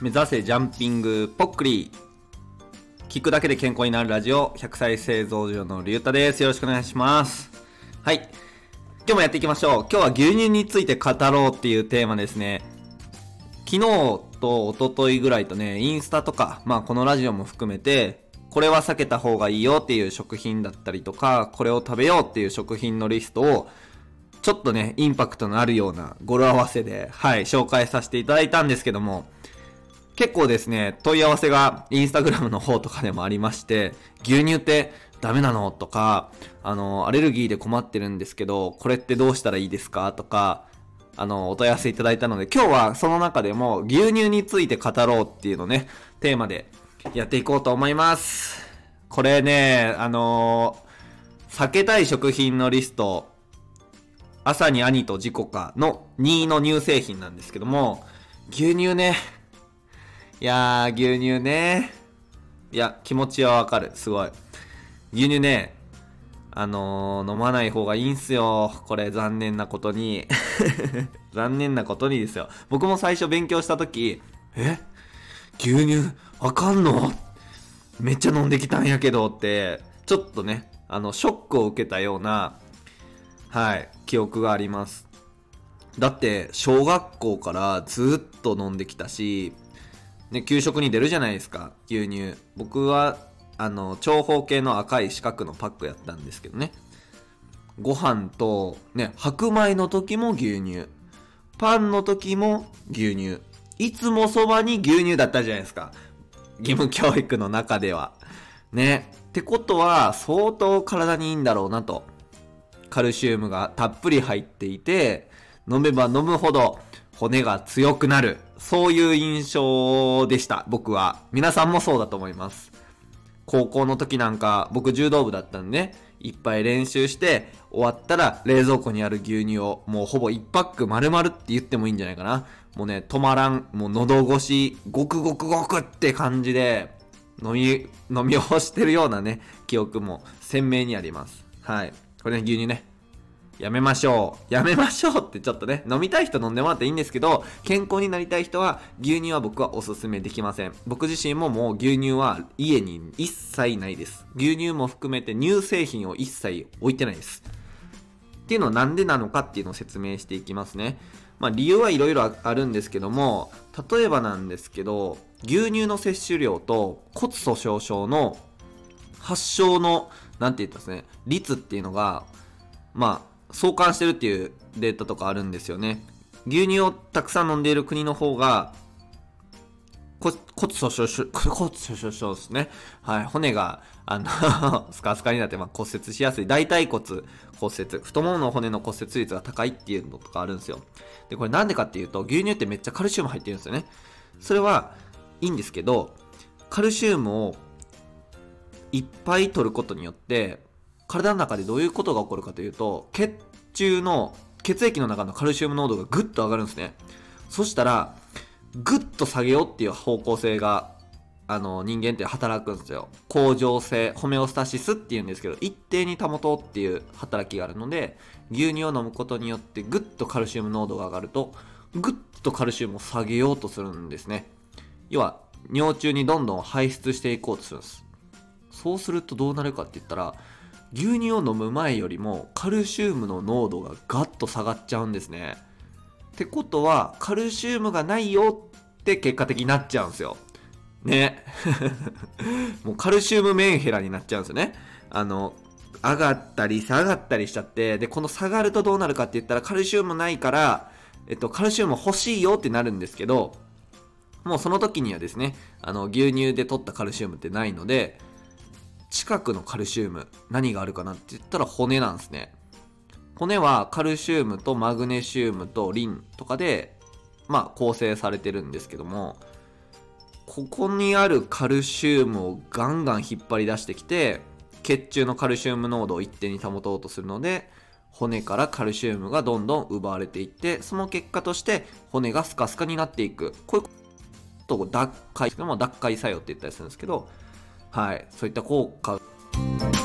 目指せジャンピングポックリ。聞くだけで健康になるラジオ、100歳製造所のりゅうたです。よろしくお願いします。はい、今日もやっていきましょう。今日は牛乳について語ろうっていうテーマですね。昨日と一昨日ぐらいとね、インスタとかこのラジオも含めて、これは避けた方がいいよっていう食品だったりとか、これを食べようっていう食品のリストをちょっとね、インパクトのあるような語呂合わせで紹介させていただいたんですけども、結構ですね、問い合わせがインスタグラムの方とかでもありまして、牛乳ってダメなのとか、アレルギーで困ってるんですけど、これってどうしたらいいですかとか、お問い合わせいただいたので、今日はその中でも牛乳について語ろうっていうのね、テーマでやっていこうと思います。これね、避けたい食品のリスト、朝に兄と自己かの2位の乳製品なんですけども、牛乳ね、いやー、牛乳ね。いや、気持ちはわかる。すごい。牛乳ね、飲まない方がいいんすよ。これ、残念なことに。残念なことにですよ。僕も最初勉強したとき、牛乳、あかんの？めっちゃ飲んできたんやけどって、ちょっとね、ショックを受けたような、記憶があります。だって、小学校からずっと飲んできたし、ね、給食に出るじゃないですか、牛乳。僕は長方形の赤い四角のパックやったんですけどね。ご飯とね、白米の時も牛乳、パンの時も牛乳、いつもそばに牛乳だったじゃないですか、義務教育の中ではね。ってことは相当体にいいんだろうなと。カルシウムがたっぷり入っていて、飲めば飲むほど骨が強くなる、そういう印象でした、僕は。皆さんもそうだと思います。高校の時なんか僕柔道部だったんでね、いっぱい練習して終わったら冷蔵庫にある牛乳をもうほぼ1パック丸々って言ってもいいんじゃないかな。もうね、止まらん、もう喉越しゴクゴクゴクって感じで飲み干してるようなね、記憶も鮮明にあります。これね、牛乳ね、やめましょうってちょっとね、飲みたい人飲んでもらっていいんですけど、健康になりたい人は牛乳は僕はおすすめできません。僕自身ももう牛乳は家に一切ないです。牛乳も含めて乳製品を一切置いてないです。っていうのはなんでなのかっていうのを説明していきますね。理由はいろいろあるんですけども、例えばなんですけど、牛乳の摂取量と骨粗しょう症の発症のなんて言ったんですね、率っていうのが相関してるっていうデータとかあるんですよね。牛乳をたくさん飲んでいる国の方が骨粗しょう症ですね。骨がスカスカになって骨折しやすい。大腿骨骨折、太ももの骨の骨折率が高いっていうのとかあるんですよ。で、これなんでかっていうと、牛乳ってめっちゃカルシウム入ってるんですよね。それはいいんですけど、カルシウムをいっぱい取ることによって体の中でどういうことが起こるかというと、血液の中のカルシウム濃度がぐっと上がるんですね。そしたらぐっと下げようっていう方向性が人間って働くんですよ。恒常性、ホメオスタシスっていうんですけど、一定に保とうっていう働きがあるので、牛乳を飲むことによってぐっとカルシウム濃度が上がると、ぐっとカルシウムを下げようとするんですね。要は尿中にどんどん排出していこうとするんです。そうするとどうなるかって言ったら、牛乳を飲む前よりもカルシウムの濃度がガッと下がっちゃうんですね。ってことはカルシウムがないよって結果的になっちゃうんですよね。もうカルシウムメンヘラになっちゃうんですよね。上がったり下がったりしちゃって、でこの下がるとどうなるかって言ったら、カルシウムないから、カルシウム欲しいよってなるんですけど、もうその時にはですね、牛乳で取ったカルシウムってないので、近くのカルシウム何があるかなって言ったら骨なんですね。骨はカルシウムとマグネシウムとリンとかで構成されてるんですけども、ここにあるカルシウムをガンガン引っ張り出してきて、血中のカルシウム濃度を一定に保とうとするので、骨からカルシウムがどんどん奪われていって、その結果として骨がスカスカになっていく。こういうことを脱解作用って言ったりするんですけど、そういった効果